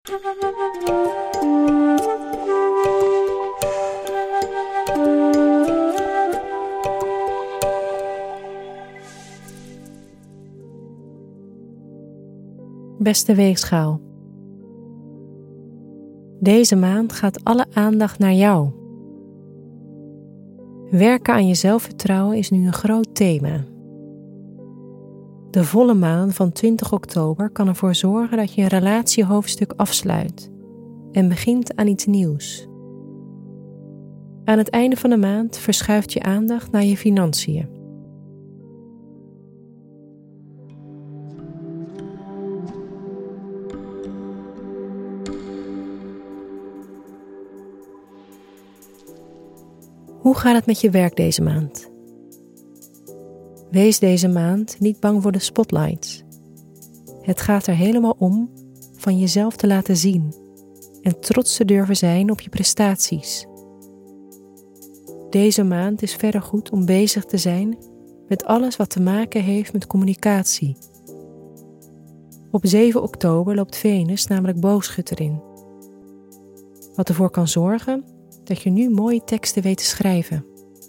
Beste weegschaal. Deze maand gaat alle aandacht naar jou. Werken aan je zelfvertrouwen is nu een groot thema. De volle maan van 20 oktober kan ervoor zorgen dat je een relatiehoofdstuk afsluit en begint aan iets nieuws. Aan het einde van de maand verschuift je aandacht naar je financiën. Hoe gaat het met je werk deze maand? Wees deze maand niet bang voor de spotlights. Het gaat er helemaal om van jezelf te laten zien en trots te durven zijn op je prestaties. Deze maand is verder goed om bezig te zijn met alles wat te maken heeft met communicatie. Op 7 oktober loopt Venus namelijk boogschutter in, wat ervoor kan zorgen dat je nu mooie teksten weet te schrijven.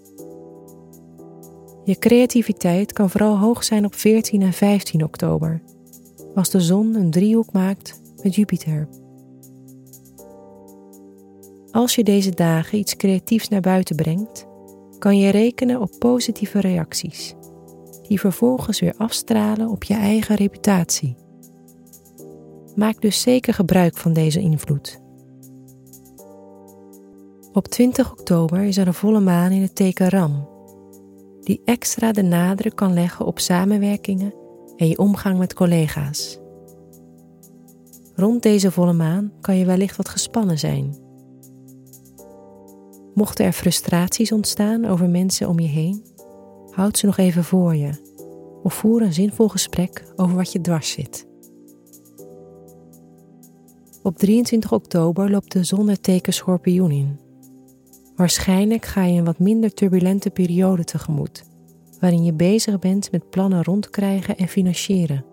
Je creativiteit kan vooral hoog zijn op 14 en 15 oktober, als de zon een driehoek maakt met Jupiter. Als je deze dagen iets creatiefs naar buiten brengt, kan je rekenen op positieve reacties, die vervolgens weer afstralen op je eigen reputatie. Maak dus zeker gebruik van deze invloed. Op 20 oktober is er een volle maan in het teken Ram, die extra de nadruk kan leggen op samenwerkingen en je omgang met collega's. Rond deze volle maan kan je wellicht wat gespannen zijn. Mochten er frustraties ontstaan over mensen om je heen, houd ze nog even voor je of voer een zinvol gesprek over wat je dwars zit. Op 23 oktober loopt de zon het teken Schorpioen in. Waarschijnlijk ga je een wat minder turbulente periode tegemoet, waarin je bezig bent met plannen rondkrijgen en financieren.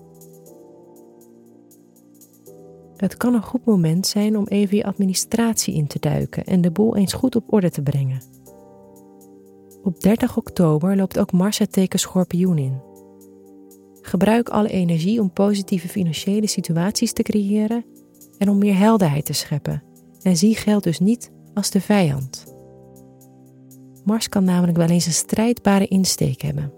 Het kan een goed moment zijn om even je administratie in te duiken en de boel eens goed op orde te brengen. Op 30 oktober loopt ook Mars het teken Schorpioen in. Gebruik alle energie om positieve financiële situaties te creëren en om meer helderheid te scheppen en zie geld dus niet als de vijand. Mars kan namelijk wel eens een strijdbare insteek hebben.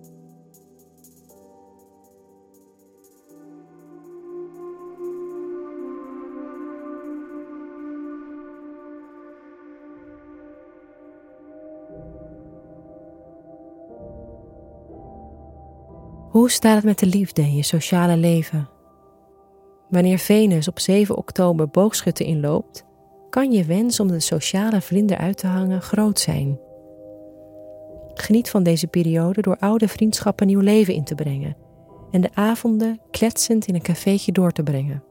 Hoe staat het met de liefde in je sociale leven? Wanneer Venus op 7 oktober boogschutter inloopt, kan je wens om de sociale vlinder uit te hangen groot zijn. Geniet van deze periode door oude vriendschappen nieuw leven in te brengen en de avonden kletsend in een cafeetje door te brengen.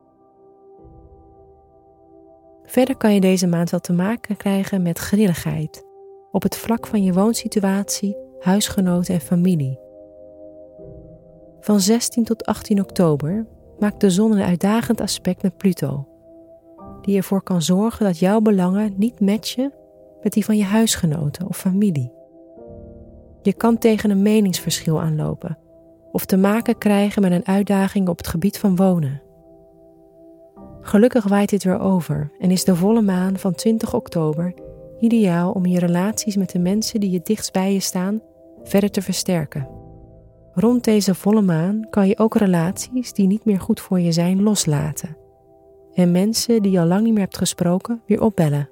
Verder kan je deze maand wel te maken krijgen met grilligheid op het vlak van je woonsituatie, huisgenoten en familie. Van 16 tot 18 oktober maakt de zon een uitdagend aspect met Pluto, die ervoor kan zorgen dat jouw belangen niet matchen met die van je huisgenoten of familie. Je kan tegen een meningsverschil aanlopen of te maken krijgen met een uitdaging op het gebied van wonen. Gelukkig waait dit weer over en is de volle maan van 20 oktober ideaal om je relaties met de mensen die het dichtst bij je staan verder te versterken. Rond deze volle maan kan je ook relaties die niet meer goed voor je zijn loslaten en mensen die je al lang niet meer hebt gesproken weer opbellen.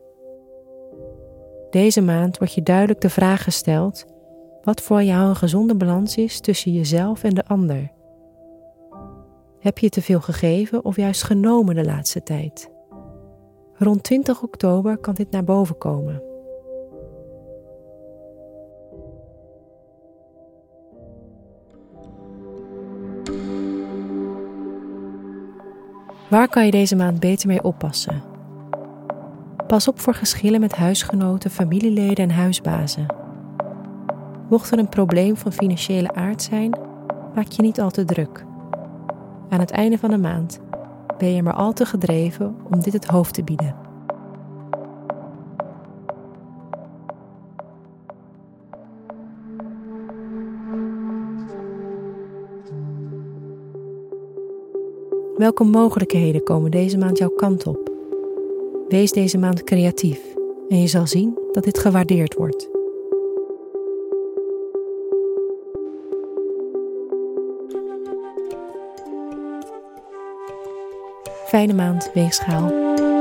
Deze maand wordt je duidelijk de vraag gesteld wat voor jou een gezonde balans is tussen jezelf en de ander. Heb je te veel gegeven of juist genomen de laatste tijd? Rond 20 oktober kan dit naar boven komen. Waar kan je deze maand beter mee oppassen? Pas op voor geschillen met huisgenoten, familieleden en huisbazen. Mocht er een probleem van financiële aard zijn, maak je niet al te druk. Aan het einde van de maand ben je maar al te gedreven om dit het hoofd te bieden. Welke mogelijkheden komen deze maand jouw kant op? Wees deze maand creatief en je zal zien dat dit gewaardeerd wordt. Fijne maand, Weegschaal.